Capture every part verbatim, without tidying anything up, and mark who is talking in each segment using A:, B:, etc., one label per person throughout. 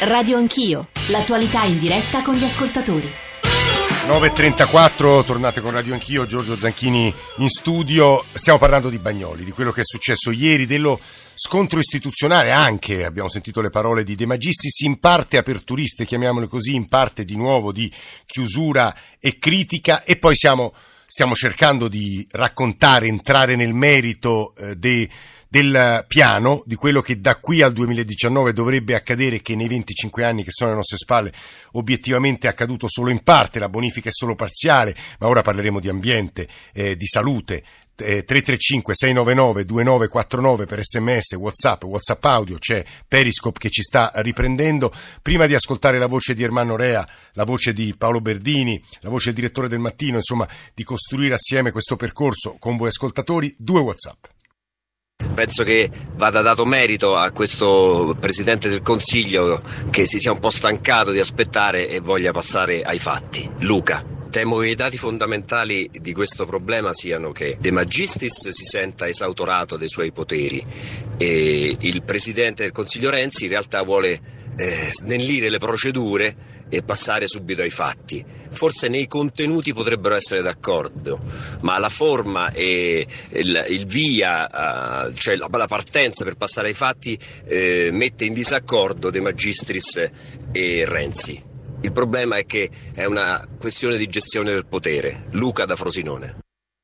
A: Radio Anch'io, l'attualità in diretta con gli ascoltatori.
B: nove e trentaquattro, tornate con Radio Anch'io, Giorgio Zanchini in studio. Stiamo parlando di Bagnoli, di quello che è successo ieri, dello scontro istituzionale anche, abbiamo sentito le parole di De Magistris, in parte aperturiste, chiamiamole così, in parte di nuovo di chiusura e critica, e poi siamo, stiamo cercando di raccontare, entrare nel merito eh, de, del piano, di quello che da qui al duemiladiciannove dovrebbe accadere, che nei venticinque anni che sono alle nostre spalle obiettivamente è accaduto solo in parte, la bonifica è solo parziale, ma ora parleremo di ambiente, eh, di salute. Eh, tre tre cinque sei nove nove due nove quattro nove per sms, whatsapp, whatsapp audio, c'è Periscope che ci sta riprendendo. Prima di ascoltare la voce di Ermanno Rea, la voce di Paolo Berdini, la voce del direttore del Mattino, insomma di costruire assieme questo percorso con voi ascoltatori, due whatsapp.
C: Penso che vada dato merito a questo Presidente del Consiglio che si sia un po' stancato di aspettare e voglia passare ai fatti. Luca. Temo che i dati fondamentali di questo problema siano che De Magistris si senta esautorato dei suoi poteri e il Presidente del Consiglio Renzi in realtà vuole eh, snellire le procedure e passare subito ai fatti. Forse nei contenuti potrebbero essere d'accordo, ma la forma e il, il via, uh, cioè la, la partenza per passare ai fatti eh, mette in disaccordo De Magistris e Renzi. Il problema è che è una questione di gestione del potere. Luca da Frosinone.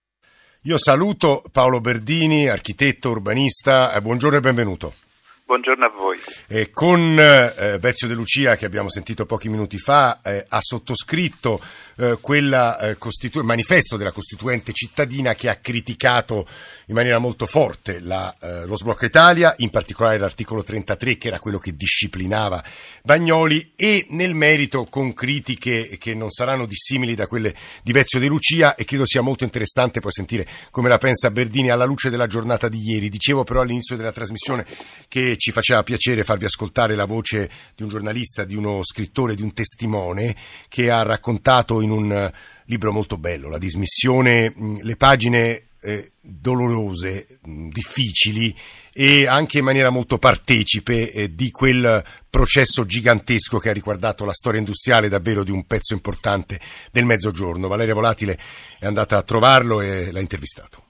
B: Io saluto Paolo Berdini, architetto, urbanista. Eh, buongiorno e benvenuto.
D: Buongiorno a voi.
B: Eh, con eh, Vezio De Lucia, che abbiamo sentito pochi minuti fa, eh, ha sottoscritto eh, quella eh, costitu- manifesto della Costituente cittadina che ha criticato in maniera molto forte la, eh, lo sblocco Italia, in particolare l'articolo trentatré, che era quello che disciplinava Bagnoli, e nel merito con critiche che non saranno dissimili da quelle di Vezio De Lucia, e credo sia molto interessante poi sentire come la pensa Berdini alla luce della giornata di ieri. Dicevo però all'inizio della trasmissione che ci faceva piacere farvi ascoltare la voce di un giornalista, di uno scrittore, di un testimone che ha raccontato in un libro molto bello, La dismissione, le pagine eh, dolorose, difficili e anche in maniera molto partecipe eh, di quel processo gigantesco che ha riguardato la storia industriale davvero di un pezzo importante del Mezzogiorno. Valeria Volatile è andata a trovarlo e l'ha intervistato.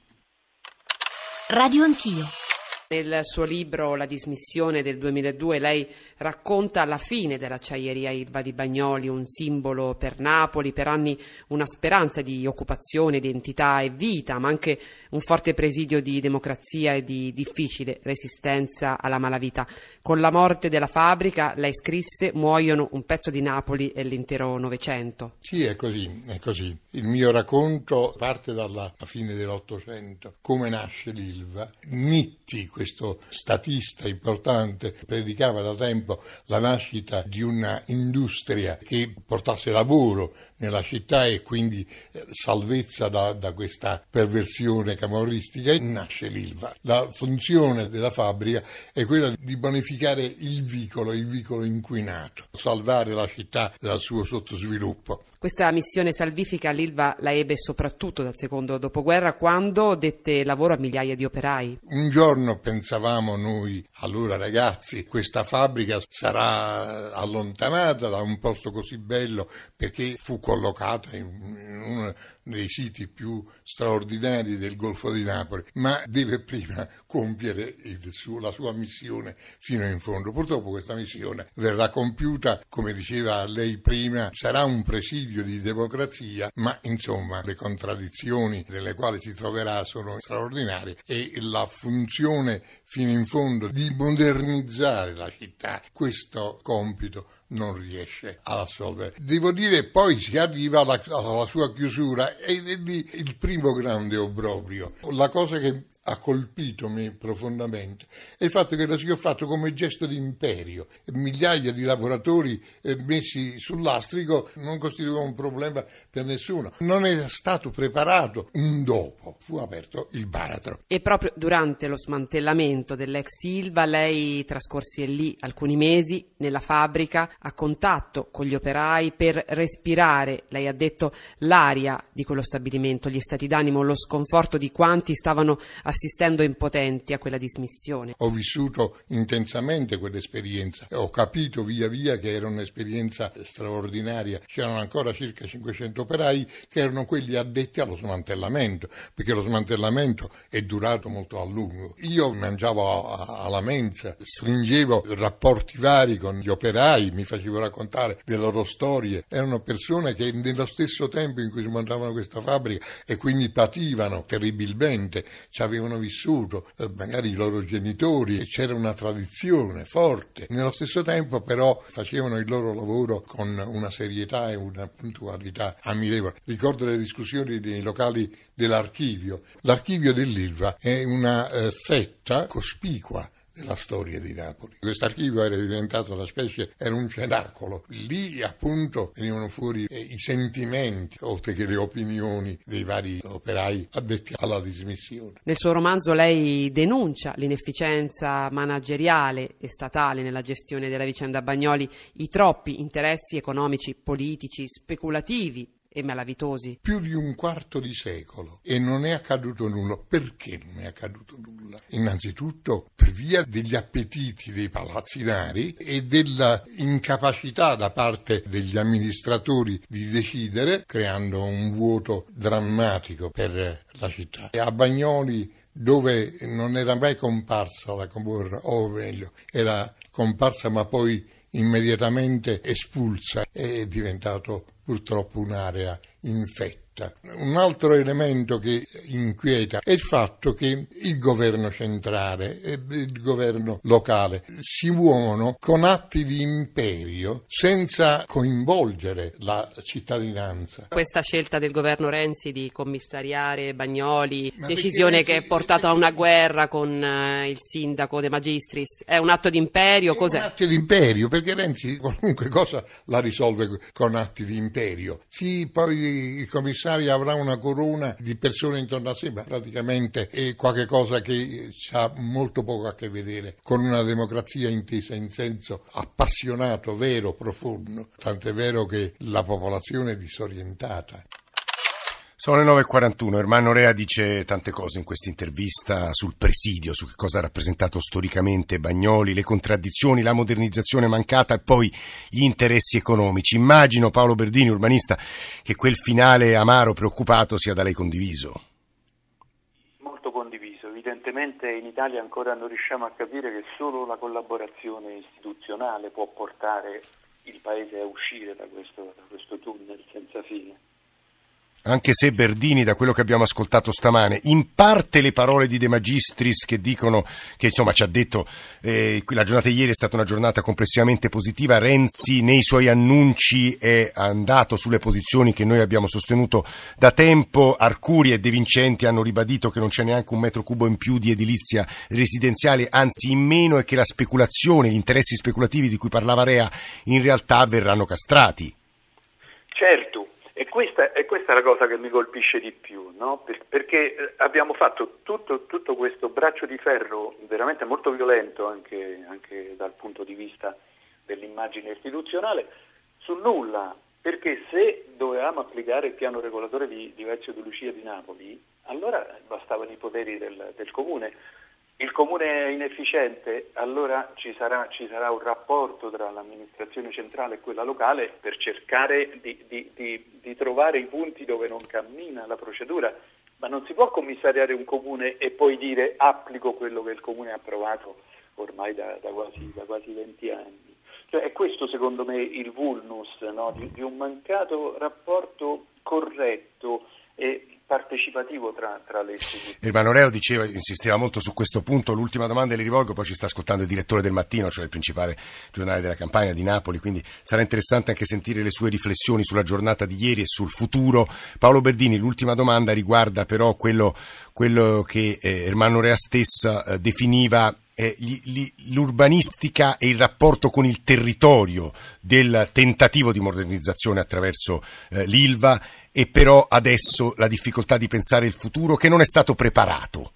A: Radio Anch'io.
E: Nel suo libro La dismissione del duemiladue lei racconta la fine dell'acciaieria Ilva di Bagnoli, un simbolo per Napoli, per anni una speranza di occupazione, identità e vita, ma anche un forte presidio di democrazia e di difficile resistenza alla malavita. Con la morte della fabbrica, lei scrisse, muoiono un pezzo di Napoli e l'intero Novecento.
F: Sì, è così, è così. Il mio racconto parte dalla fine dell'Ottocento, come nasce l'Ilva. Nitti, questo statista importante, predicava da tempo la nascita di una industria che portasse lavoro nella città e quindi salvezza da, da questa perversione camorristica, e nasce l'Ilva. La funzione della fabbrica è quella di bonificare il vicolo, il vicolo inquinato, salvare la città dal suo sottosviluppo.
E: Questa missione salvifica l'Ilva la ebbe soprattutto dal secondo dopoguerra, quando dette lavoro a migliaia di operai.
F: Un giorno pensavamo noi, allora ragazzi, questa fabbrica sarà allontanata da un posto così bello, perché fu collocata in uno dei siti più straordinari del Golfo di Napoli, ma deve prima compiere il suo, la sua missione fino in fondo. Purtroppo questa missione verrà compiuta, come diceva lei prima, sarà un presidio di democrazia, ma insomma le contraddizioni nelle quali si troverà sono straordinarie, e la funzione fino in fondo di modernizzare la città, questo compito non riesce ad assolvere. Devo dire, poi si arriva alla, alla sua chiusura, ed è lì il primo grande obbrobrio. La cosa che ha colpito me profondamente è il fatto che lo si è fatto come gesto di imperio. Migliaia di lavoratori eh, messi sul lastrico non costituivano un problema per nessuno. Non era stato preparato un dopo, fu aperto il baratro.
E: E proprio durante lo smantellamento dell'ex Ilva lei trascorse lì alcuni mesi nella fabbrica a contatto con gli operai per respirare, lei ha detto, l'aria di quello stabilimento, gli stati d'animo, lo sconforto di quanti stavano assistendo assistendo impotenti a quella dismissione.
F: Ho vissuto intensamente quell'esperienza, ho capito via via che era un'esperienza straordinaria. C'erano ancora circa cinquecento operai che erano quelli addetti allo smantellamento, perché lo smantellamento è durato molto a lungo. Io mangiavo alla mensa, stringevo rapporti vari con gli operai, mi facevo raccontare le loro storie. Erano persone che nello stesso tempo in cui smontavano questa fabbrica e quindi pativano terribilmente, ci avevano vissuto, eh, magari i loro genitori, e c'era una tradizione forte. Nello stesso tempo però facevano il loro lavoro con una serietà e una puntualità ammirevole. Ricordo le discussioni nei locali dell'archivio. L'archivio dell'Ilva è una eh, fetta cospicua della storia di Napoli. Quest'archivio era diventato una specie, era un cenacolo. Lì appunto venivano fuori eh, i sentimenti, oltre che le opinioni dei vari operai addetti alla dismissione.
E: Nel suo romanzo lei denuncia l'inefficienza manageriale e statale nella gestione della vicenda Bagnoli, i troppi interessi economici, politici, speculativi e malavitosi.
F: Più di un quarto di secolo e non è accaduto nulla. Perché non è accaduto nulla? Innanzitutto per via degli appetiti dei palazzinari e della incapacità da parte degli amministratori di decidere, creando un vuoto drammatico per la città. E a Bagnoli, dove non era mai comparsa la camorra, o meglio, era comparsa ma poi immediatamente espulsa, è diventato purtroppo un'area infetta. Un altro elemento che inquieta è il fatto che il governo centrale e il governo locale si muovono con atti di imperio senza coinvolgere la cittadinanza.
E: Questa scelta del governo Renzi di commissariare Bagnoli,
F: Ma
E: decisione
F: Renzi,
E: che è portata a una guerra con uh, il sindaco De Magistris, è un atto di imperio? Cos'è?
F: È un atto di imperio, perché Renzi qualunque cosa la risolve con atti di imperio. Sì, poi il commissario avrà una corona di persone intorno a sé, ma praticamente è qualche cosa che ha molto poco a che vedere con una democrazia intesa in senso appassionato, vero, profondo. Tant'è vero che la popolazione è disorientata.
B: Sono le nove e quarantuno, Ermanno Rea dice tante cose in questa intervista sul presidio, su che cosa ha rappresentato storicamente Bagnoli, le contraddizioni, la modernizzazione mancata e poi gli interessi economici. Immagino, Paolo Berdini, urbanista, che quel finale amaro, preoccupato sia da lei condiviso.
D: Molto condiviso. Evidentemente in Italia ancora non riusciamo a capire che solo la collaborazione istituzionale può portare il Paese a uscire da questo, da questo tunnel senza fine.
B: Anche se Berdini, da quello che abbiamo ascoltato stamane, in parte le parole di De Magistris che dicono che insomma ci ha detto eh, la giornata di ieri è stata una giornata complessivamente positiva, Renzi nei suoi annunci è andato sulle posizioni che noi abbiamo sostenuto da tempo, Arcuri e De Vincenti hanno ribadito che non c'è neanche un metro cubo in più di edilizia residenziale, anzi in meno, e che la speculazione, gli interessi speculativi di cui parlava Rea in realtà verranno castrati.
D: Certo. E questa, e questa è la cosa che mi colpisce di più, no? Per, perché abbiamo fatto tutto, tutto questo braccio di ferro veramente molto violento anche, anche dal punto di vista dell'immagine istituzionale su nulla, perché se dovevamo applicare il piano regolatore di, di Ezio De Lucia di Napoli, allora bastavano i poteri del, del comune. Il comune è inefficiente, allora ci sarà, ci sarà un rapporto tra l'amministrazione centrale e quella locale per cercare di, di, di, di trovare i punti dove non cammina la procedura, ma non si può commissariare un comune e poi dire applico quello che il comune ha approvato ormai da, da, quasi, da quasi venti anni. Cioè, è questo secondo me il vulnus, no? di, di un mancato rapporto corretto e partecipativo tra, tra le istituzioni.
B: Ermanno Rea diceva, insisteva molto su questo punto. L'ultima domanda le rivolgo, poi ci sta ascoltando il direttore del Mattino, cioè il principale giornale della Campania di Napoli, quindi sarà interessante anche sentire le sue riflessioni sulla giornata di ieri e sul futuro. Paolo Berdini, l'ultima domanda riguarda però quello, quello che eh, Ermanno Rea stessa eh, definiva Eh, gli, gli, l'urbanistica e il rapporto con il territorio del tentativo di modernizzazione attraverso eh, l'Ilva, e però adesso la difficoltà di pensare il futuro che non è stato preparato.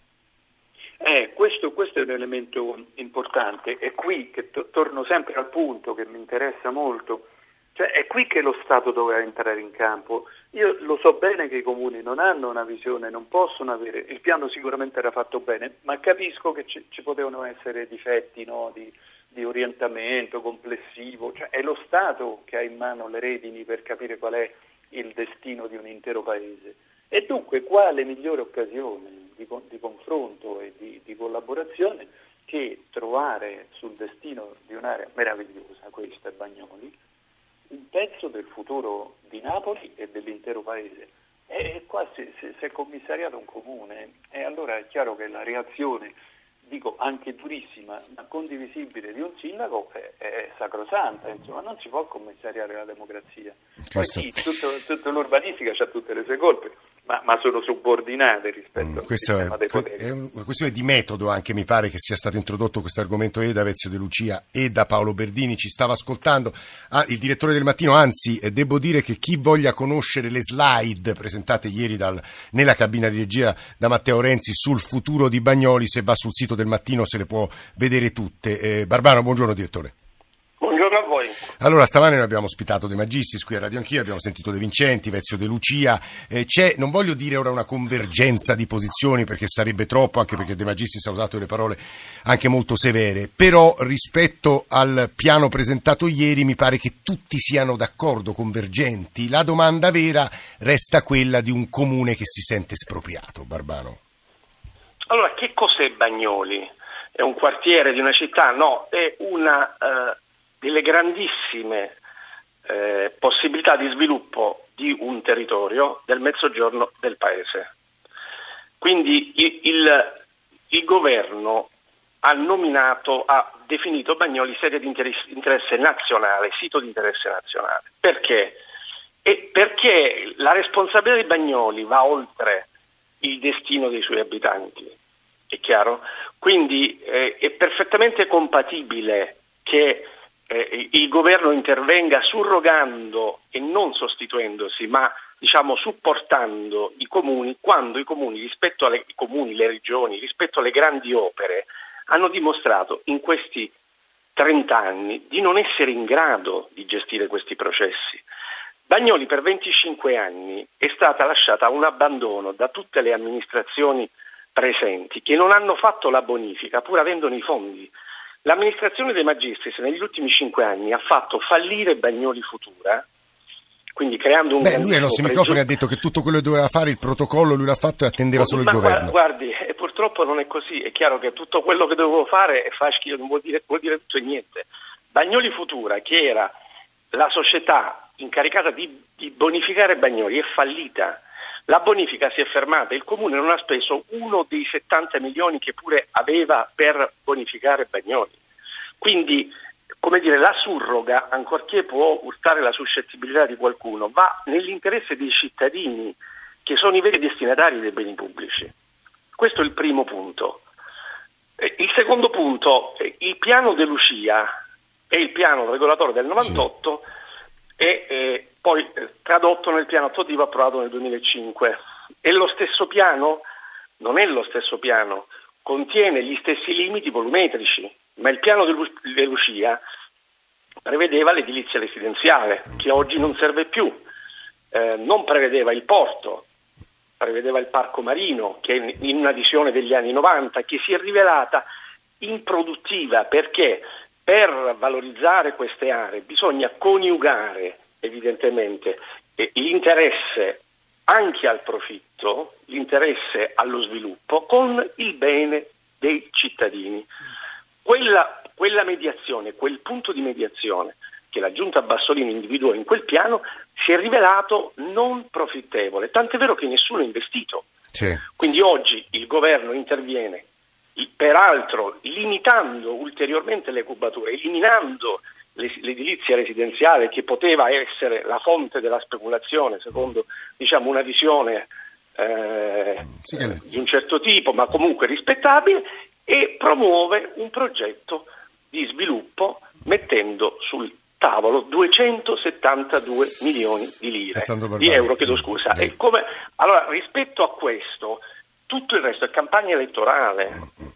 D: Eh, questo, questo è un elemento importante, è qui che to- torno sempre al punto che mi interessa molto, Cioè è qui che lo Stato doveva entrare in campo. Io lo so bene che i comuni non hanno una visione, non possono avere, il piano sicuramente era fatto bene, ma capisco che ci, ci potevano essere difetti, no, di, di orientamento complessivo, cioè è lo Stato che ha in mano le redini per capire qual è il destino di un intero paese. E dunque quale migliore occasione di, di confronto e di, di collaborazione che trovare sul destino di un'area meravigliosa, questa è Bagnoli, un pezzo del futuro di Napoli e dell'intero paese. E qua si, si, si è commissariato un comune e allora è chiaro che la reazione, dico anche durissima, ma condivisibile di un sindaco è, è sacrosanta, insomma non si può commissariare la democrazia. Poi sì, tutto, tutta l'urbanistica ha tutte le sue colpe, ma, ma sono subordinate rispetto mm, al sistema dei poteri.
B: È una questione di metodo anche, mi pare che sia stato introdotto questo argomento e da Ezio De Lucia e da Paolo Berdini, ci stava ascoltando ah, il direttore del Mattino, anzi eh, devo dire che chi voglia conoscere le slide presentate ieri dal, nella cabina di regia da Matteo Renzi sul futuro di Bagnoli, se va sul sito del Mattino se le può vedere tutte. Eh, Barbano, buongiorno direttore.
G: Buongiorno a voi.
B: Allora, stamane noi abbiamo ospitato De Magistris qui a Radio Anch'io, abbiamo sentito De Vincenti, Ezio De Lucia, eh, c'è, non voglio dire ora una convergenza di posizioni perché sarebbe troppo, anche perché De Magistris ha usato delle parole anche molto severe, però rispetto al piano presentato ieri mi pare che tutti siano d'accordo, convergenti. La domanda vera resta quella di un comune che si sente espropriato. Barbano.
G: Allora, che cos'è Bagnoli? È un quartiere di una città? No, è una uh, delle grandissime eh, possibilità di sviluppo di un territorio del mezzogiorno del paese. Quindi il, il, il governo ha nominato, ha definito Bagnoli sede di interesse, interesse nazionale, sito di interesse nazionale. Perché? E perché la responsabilità di Bagnoli va oltre il destino dei suoi abitanti, è chiaro? Quindi eh, è perfettamente compatibile che eh, il governo intervenga surrogando e non sostituendosi, ma diciamo supportando i comuni, quando i comuni rispetto alle i comuni, le regioni, rispetto alle grandi opere, hanno dimostrato in questi trenta anni di non essere in grado di gestire questi processi. Bagnoli per venticinque anni è stata lasciata a un abbandono da tutte le amministrazioni presenti che non hanno fatto la bonifica pur avendone i fondi. L'amministrazione dei Magistris negli ultimi cinque anni ha fatto fallire Bagnoli Futura, quindi creando un...
B: Beh, lui ai nostri microfoni ha detto che tutto quello che doveva fare il protocollo lui l'ha fatto e attendeva solo il
G: ma
B: governo.
G: Guardi, e purtroppo non è così, è chiaro che tutto quello che dovevo fare fa schifo, non vuol dire, vuol dire tutto e niente. Bagnoli Futura, che era la società incaricata di, di bonificare Bagnoli, è fallita. La bonifica si è fermata, il comune non ha speso uno dei settanta milioni che pure aveva per bonificare Bagnoli. Quindi, come dire, la surroga, ancorché può urtare la suscettibilità di qualcuno, va nell'interesse dei cittadini che sono i veri destinatari dei beni pubblici. Questo è il primo punto. Il secondo punto, il piano De Lucia e il piano regolatore del novantotto sì. E eh, poi eh, tradotto nel piano attuativo approvato nel duemilacinque. È lo stesso piano? Non è lo stesso piano, contiene gli stessi limiti volumetrici, ma il piano De Lucia prevedeva l'edilizia residenziale, che oggi non serve più, eh, non prevedeva il porto, prevedeva il parco marino, che è in una visione degli anni novanta, che si è rivelata improduttiva perché per valorizzare queste aree bisogna coniugare evidentemente eh, l'interesse anche al profitto, l'interesse allo sviluppo con il bene dei cittadini. Quella, quella mediazione, quel punto di mediazione che la Giunta Bassolini individuò in quel piano si è rivelato non profittevole, tant'è vero che nessuno ha investito. Sì. Quindi oggi il governo interviene, peraltro limitando ulteriormente le cubature, eliminando l'edilizia residenziale che poteva essere la fonte della speculazione secondo diciamo una visione eh, sì, che... di un certo tipo ma comunque rispettabile, e promuove un progetto di sviluppo mettendo sul tavolo duecentosettantadue milioni di lire di euro, chiedo scusa. Eh. E come, allora rispetto a questo tutto il resto è campagna elettorale.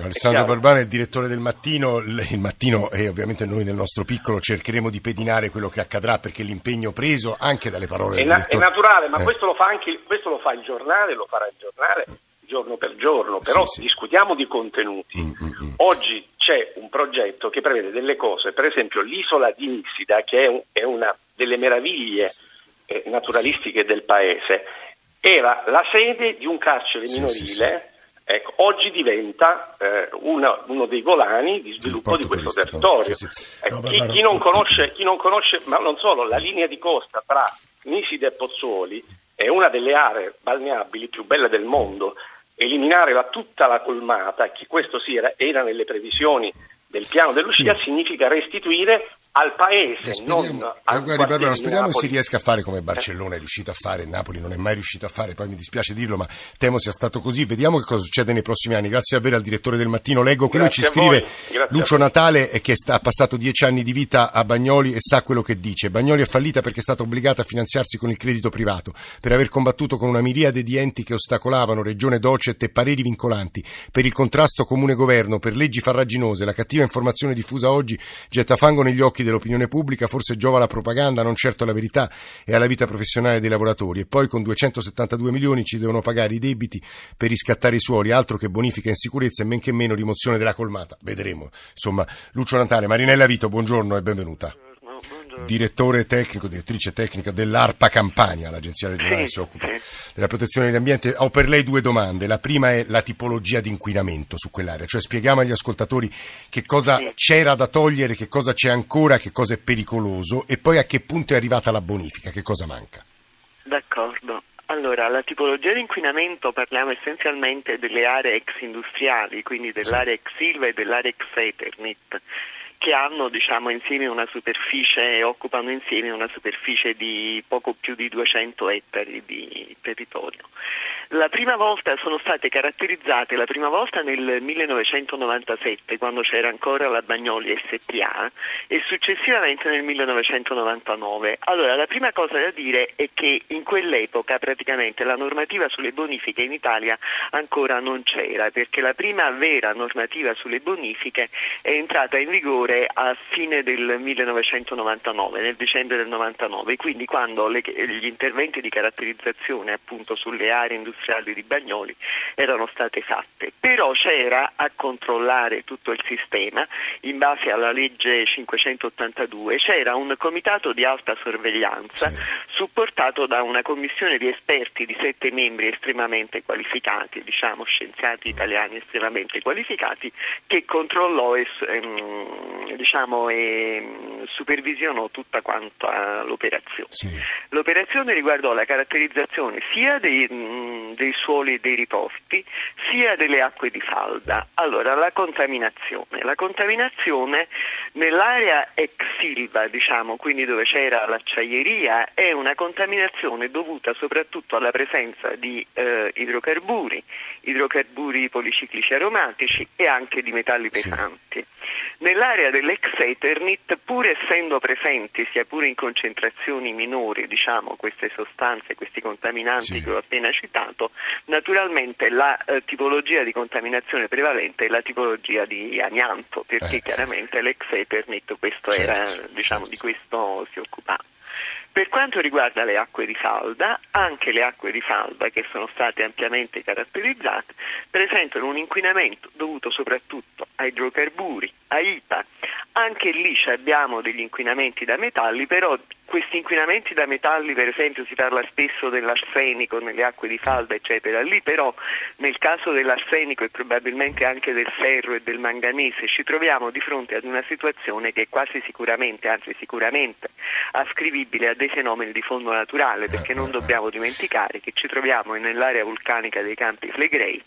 B: Alessandro Barbano è il direttore del Mattino. Il Mattino, e ovviamente noi nel nostro piccolo cercheremo di pedinare quello che accadrà, perché l'impegno preso anche dalle parole del
G: è, na-
B: direttore...
G: è naturale, ma
B: eh.
G: questo lo fa anche questo lo fa il giornale, lo farà il giornale giorno per giorno, però
B: sì, sì.
G: discutiamo di contenuti.
B: Mm, mm, mm.
G: Oggi c'è un progetto che prevede delle cose, per esempio l'isola di Nissida, che è, un, è una delle meraviglie eh, naturalistiche del paese, era la sede di un carcere
B: Sì,
G: minorile.
B: sì, sì.
G: Ecco, oggi diventa eh, una, uno dei volani di sviluppo di questo territorio.
B: Sì, sì.
G: Ecco,
B: No,
G: chi,
B: Barbano...
G: chi, non conosce, chi non conosce, ma non solo, la linea di costa tra Nisida e Pozzuoli è una delle aree balneabili più belle del mondo. Eliminare la, tutta la colmata, che questo sì era, era nelle previsioni del piano dell'uscita, sì. Significa restituire al paese,
B: speriamo,
G: non
B: eh,
G: al
B: guardi, Barbara, speriamo
G: Napoli.
B: si riesca a fare come Barcellona è riuscito a fare, Napoli non è mai riuscito a fare, poi mi dispiace dirlo, ma temo sia stato così. Vediamo che cosa succede nei prossimi anni. Grazie davvero al direttore del Mattino. Leggo quello che ci scrive Lucio Natale, che sta, ha passato dieci anni di vita a Bagnoli e sa quello che dice. Bagnoli è fallita perché è stata obbligata a finanziarsi con il credito privato, per aver combattuto con una miriade di enti che ostacolavano regione docet e pareri vincolanti, per il contrasto comune governo, per leggi farraginose. La cattiva informazione diffusa oggi getta fango negli occhi dell'opinione pubblica, forse giova alla propaganda, non certo alla verità e alla vita professionale dei lavoratori. E poi con duecentosettantadue milioni ci devono pagare i debiti per riscattare i suoli, altro che bonifica in sicurezza e men che meno rimozione della colmata. Vedremo. Insomma, Lucio Natale. Marinella Vito, buongiorno e benvenuta. Direttore tecnico, direttrice tecnica dell'ARPA Campania, l'agenzia regionale che
H: sì,
B: si occupa
H: sì.
B: della protezione dell'ambiente. Ho per lei due domande. La prima è la tipologia di inquinamento su quell'area, cioè spieghiamo agli ascoltatori che cosa
H: sì.
B: c'era da togliere, che cosa c'è ancora, che cosa è pericoloso, e poi a che punto è arrivata la bonifica, che cosa manca.
H: D'accordo. Allora, la tipologia di inquinamento, parliamo essenzialmente delle aree ex industriali, quindi dell'area ex Ilva e dell'area ex Eternit, che hanno, diciamo, insieme una superficie, occupano insieme una superficie di poco più di duecento ettari di territorio. La prima volta sono state caratterizzate, la prima volta nel millenovecentonovantasette, quando c'era ancora la Bagnoli S P A, e successivamente nel millenovecentonovantanove. Allora, la prima cosa da dire è che in quell'epoca praticamente la normativa sulle bonifiche in Italia ancora non c'era, perché la prima vera normativa sulle bonifiche è entrata in vigore a fine del millenovecentonovantanove, nel dicembre del novantanove, quindi quando le, gli interventi di caratterizzazione appunto sulle aree industriali di Bagnoli erano state fatte. Però c'era a controllare tutto il sistema, in base alla legge cinquecentottantadue, c'era un comitato di alta sorveglianza sì. supportato da una commissione di esperti di sette membri estremamente qualificati, diciamo scienziati italiani estremamente qualificati, che controllò e ehm, diciamo e supervisionò tutta quanta l'operazione. Sì. L'operazione riguardò la caratterizzazione sia dei, mh, dei suoli e dei riposti, sia delle acque di falda. Allora, la contaminazione. La contaminazione nell'area ex Ilva, diciamo, quindi dove c'era l'acciaieria, è una contaminazione dovuta soprattutto alla presenza di eh, idrocarburi, idrocarburi policiclici aromatici e anche di metalli pesanti. Sì. Nell'area dell'ex Eternit, pur essendo presenti, sia pure in concentrazioni minori, diciamo, queste sostanze, questi contaminanti sì. che ho appena citato, naturalmente la eh, tipologia di contaminazione prevalente è la tipologia di amianto, perché eh. chiaramente l'ex Eternit questo certo, era, diciamo, certo. di questo si occupava. Per quanto riguarda le acque di falda, anche le acque di falda, che sono state ampiamente caratterizzate, presentano un inquinamento dovuto soprattutto a idrocarburi, a I P A. Anche lì abbiamo degli inquinamenti da metalli, però questi inquinamenti da metalli, per esempio, si parla spesso dell'arsenico nelle acque di falda, eccetera. Lì però, nel caso dell'arsenico e probabilmente anche del ferro e del manganese, ci troviamo di fronte ad una situazione che è quasi sicuramente, anzi sicuramente, ascrivibile a dei fenomeni di fondo naturale, perché non dobbiamo dimenticare che ci troviamo nell'area vulcanica dei Campi Flegrei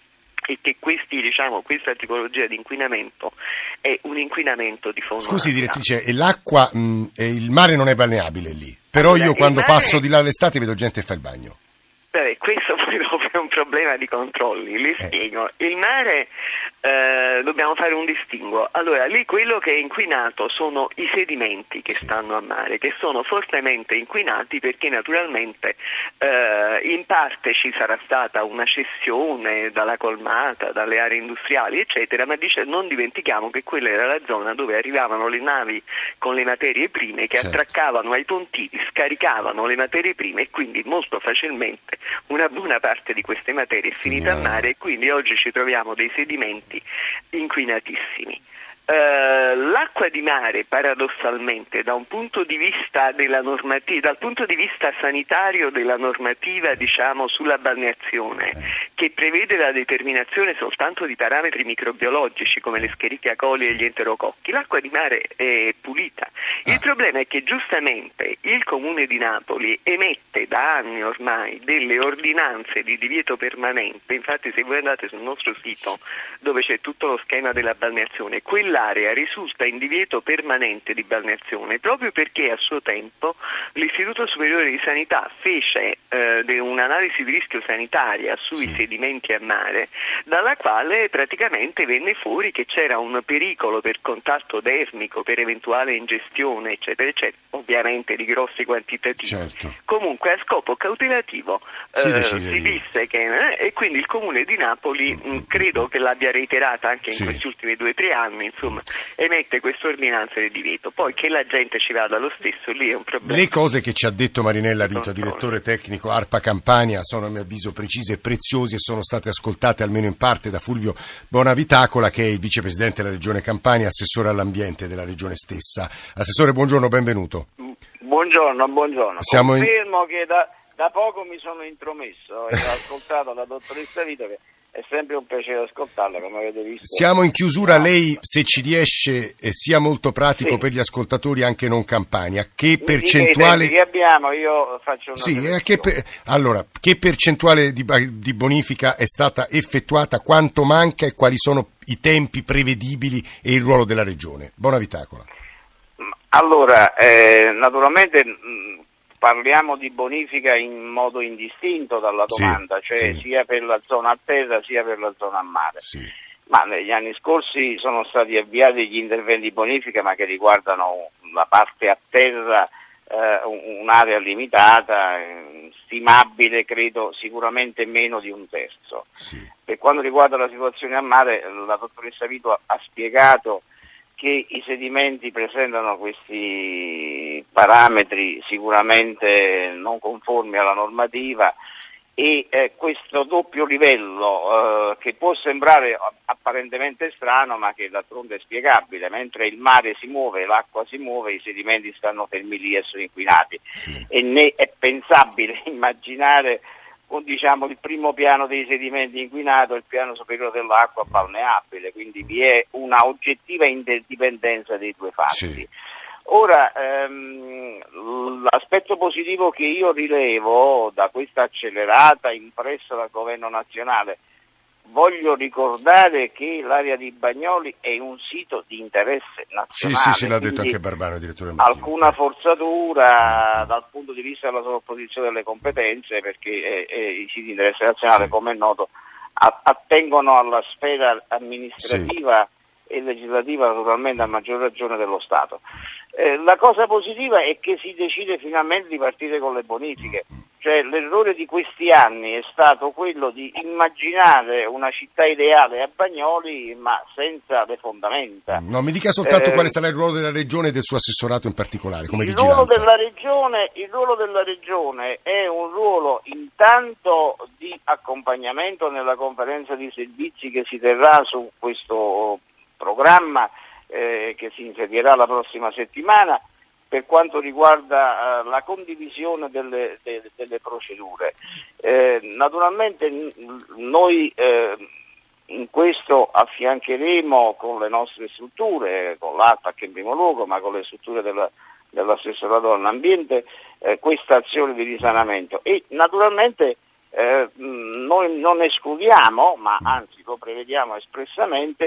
H: e che questi, diciamo, questa tipologia di inquinamento è un inquinamento di fondo
B: Scusi
H: naturale.
B: Direttrice, e l'acqua, mh, e il mare non è balneabile lì, però
H: allora,
B: io quando
H: mare...
B: passo di là l'estate vedo gente che fa il bagno.
H: Beh, questo poi dopo è un problema di controlli, le spiego. Il mare, eh, dobbiamo fare un distinguo. Allora, lì quello che è inquinato sono i sedimenti che stanno a mare, che sono fortemente inquinati perché naturalmente eh, in parte ci sarà stata una cessione dalla colmata, dalle aree industriali, eccetera, ma dice, non dimentichiamo che quella era la zona dove arrivavano le navi con le materie prime che certo. attraccavano ai pontili, scaricavano le materie prime e quindi molto facilmente una buona parte di queste materie è finita a mare e quindi oggi ci troviamo dei sedimenti inquinatissimi. Uh, l'acqua di mare paradossalmente da un punto di vista della normativa, dal punto di vista sanitario della normativa diciamo sulla balneazione che prevede la determinazione soltanto di parametri microbiologici come le Escherichia coli e gli enterococchi, l'acqua di mare è pulita. Il problema è che giustamente il Comune di Napoli emette da anni ormai delle ordinanze di divieto permanente, infatti se voi andate sul nostro sito dove c'è tutto lo schema della balneazione, quell'area risulta in divieto permanente di balneazione proprio perché a suo tempo l'Istituto Superiore di Sanità fece eh, un'analisi di rischio sanitaria sui sì. sedimenti a mare, dalla quale praticamente venne fuori che c'era un pericolo per contatto dermico, per eventuale ingestione, eccetera, eccetera, ovviamente di grossi quantitativi. Certo. Comunque a scopo cautelativo si, eh, si disse che, eh, e quindi il Comune di Napoli mh, credo che l'abbia reiterata anche in sì. questi ultimi due o tre anni, insomma, emette questa ordinanza di divieto. Poi che la gente ci vada lo stesso, lì è un problema.
B: Le cose che ci ha detto Marinella Rito, direttore tecnico ARPA Campania, sono a mio avviso precise e preziose e sono state ascoltate almeno in parte da Fulvio Bonavitacola, che è il vicepresidente della Regione Campania, assessore all'ambiente della Regione stessa. Assessore, buongiorno, benvenuto.
I: Buongiorno, buongiorno.
B: Siamo
I: Confermo
B: in...
I: che da, da poco mi sono intromesso e ho ascoltato la dottoressa Rito, che è sempre un piacere ascoltarla, come avete visto.
B: Siamo in chiusura, lei se ci riesce eh, sia molto pratico
I: sì.
B: per gli ascoltatori anche non Campania, che Mi percentuale
I: che abbiamo, io faccio una
B: Sì, eh, che per... allora, che percentuale di, di bonifica è stata effettuata, quanto manca e quali sono i tempi prevedibili e il ruolo della Regione? Bonavitacola.
I: Allora, eh, naturalmente mh, parliamo di bonifica in modo indistinto dalla domanda, sì, cioè sì. sia per la zona a terra sia per la zona a mare. Sì. Ma negli anni scorsi sono stati avviati gli interventi di bonifica, ma che riguardano la parte a terra, eh, un'area limitata, eh, stimabile credo sicuramente meno di un terzo. Sì. Per quanto riguarda la situazione a mare, la dottoressa Vito ha spiegato che i sedimenti presentano questi parametri sicuramente non conformi alla normativa e eh, questo doppio livello eh, che può sembrare apparentemente strano ma che d'altronde è spiegabile, mentre il mare si muove, l'acqua si muove, i sedimenti stanno fermi lì e sono inquinati sì. e né è pensabile immaginare diciamo il primo piano dei sedimenti inquinato e il piano superiore dell'acqua balneabile, quindi vi è una oggettiva interdipendenza dei due fatti. Sì. Ora, ehm, l'aspetto positivo che io rilevo da questa accelerata impressa dal governo nazionale, voglio ricordare che l'area di Bagnoli è un sito di interesse nazionale.
B: Sì, sì, sì, l'ha detto anche Barbano, direttore Martino.
I: Alcuna forzatura dal punto di vista della sovrapposizione delle competenze, perché eh, eh, i siti di interesse nazionale, sì. come è noto, a- attengono alla sfera amministrativa sì. e legislativa, naturalmente a maggior ragione dello Stato. Eh, la cosa positiva è che si decide finalmente di partire con le bonifiche. Cioè l'errore di questi anni è stato quello di immaginare una città ideale a Bagnoli ma senza le fondamenta.
B: No, mi dica soltanto eh, quale sarà il ruolo della Regione e del suo assessorato in particolare, come
I: il
B: vigilanza.
I: Ruolo della regione, il ruolo della Regione è un ruolo intanto di accompagnamento nella conferenza di servizi che si terrà su questo programma eh, che si insedierà la prossima settimana, per quanto riguarda uh, la condivisione delle, de, delle procedure. Eh, naturalmente n- noi eh, in questo affiancheremo con le nostre strutture, con l'ARPAC in primo luogo, ma con le strutture della, dell'assessorato all'ambiente, eh, questa azione di risanamento. E naturalmente eh, noi non escludiamo, ma anzi lo prevediamo espressamente,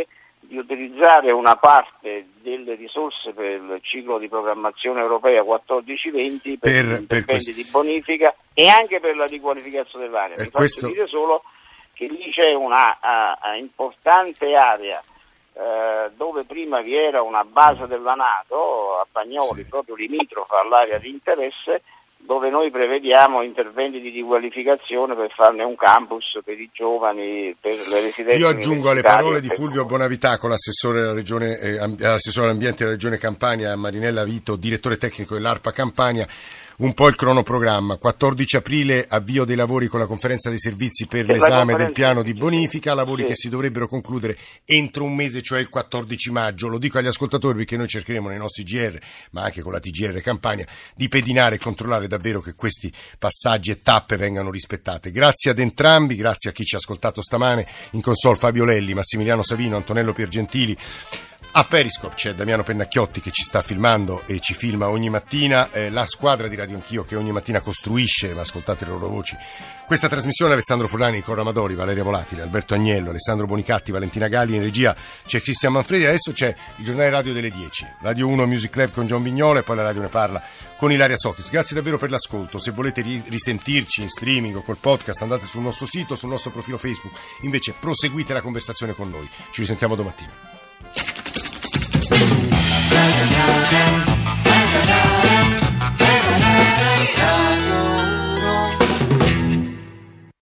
I: di utilizzare una parte delle risorse per il ciclo di programmazione europea quattordici venti per, per gli interventi per di bonifica e anche per la riqualificazione dell'area. Mi
B: questo...
I: faccio dire solo che lì c'è una uh, uh, importante area uh, dove prima vi era una base della NATO a Bagnoli, sì. proprio limitrofa all'area di interesse, dove noi prevediamo interventi di riqualificazione per farne un campus per i giovani, per le residenze.
B: Io aggiungo alle parole di Fulvio Bonavitaco, l'assessore, della regione, eh, l'assessore all'ambiente della Regione Campania, Marinella Vito, direttore tecnico dell'ARPA Campania, un po' il cronoprogramma. quattordici aprile avvio dei lavori con la conferenza dei servizi per, per l'esame del piano di bonifica, lavori sì. che si dovrebbero concludere entro un mese, cioè il quattordici maggio. Lo dico agli ascoltatori perché noi cercheremo nei nostri G R, ma anche con la T G R Campania, di pedinare e controllare davvero che questi passaggi e tappe vengano rispettate. Grazie ad entrambi, grazie a chi ci ha ascoltato stamane, in console Fabio Lelli, Massimiliano Savino, Antonello Piergentili. A Periscope c'è Damiano Pennacchiotti che ci sta filmando e ci filma ogni mattina, eh, la squadra di Radio Anch'io che ogni mattina costruisce, ma ascoltate le loro voci, questa trasmissione. Alessandro Furlani, Nicola Amadori, Valeria Volatile, Alberto Agnello, Alessandro Bonicatti, Valentina Galli, in regia c'è Cristian Manfredi. Adesso c'è il giornale radio delle dieci, Radio uno Music Club con John Vignola e poi la Radio ne parla con Ilaria Sotis. Grazie davvero per l'ascolto. Se volete risentirci in streaming o col podcast, andate sul nostro sito, sul nostro profilo Facebook. Invece proseguite la conversazione con noi. Ci risentiamo domattina.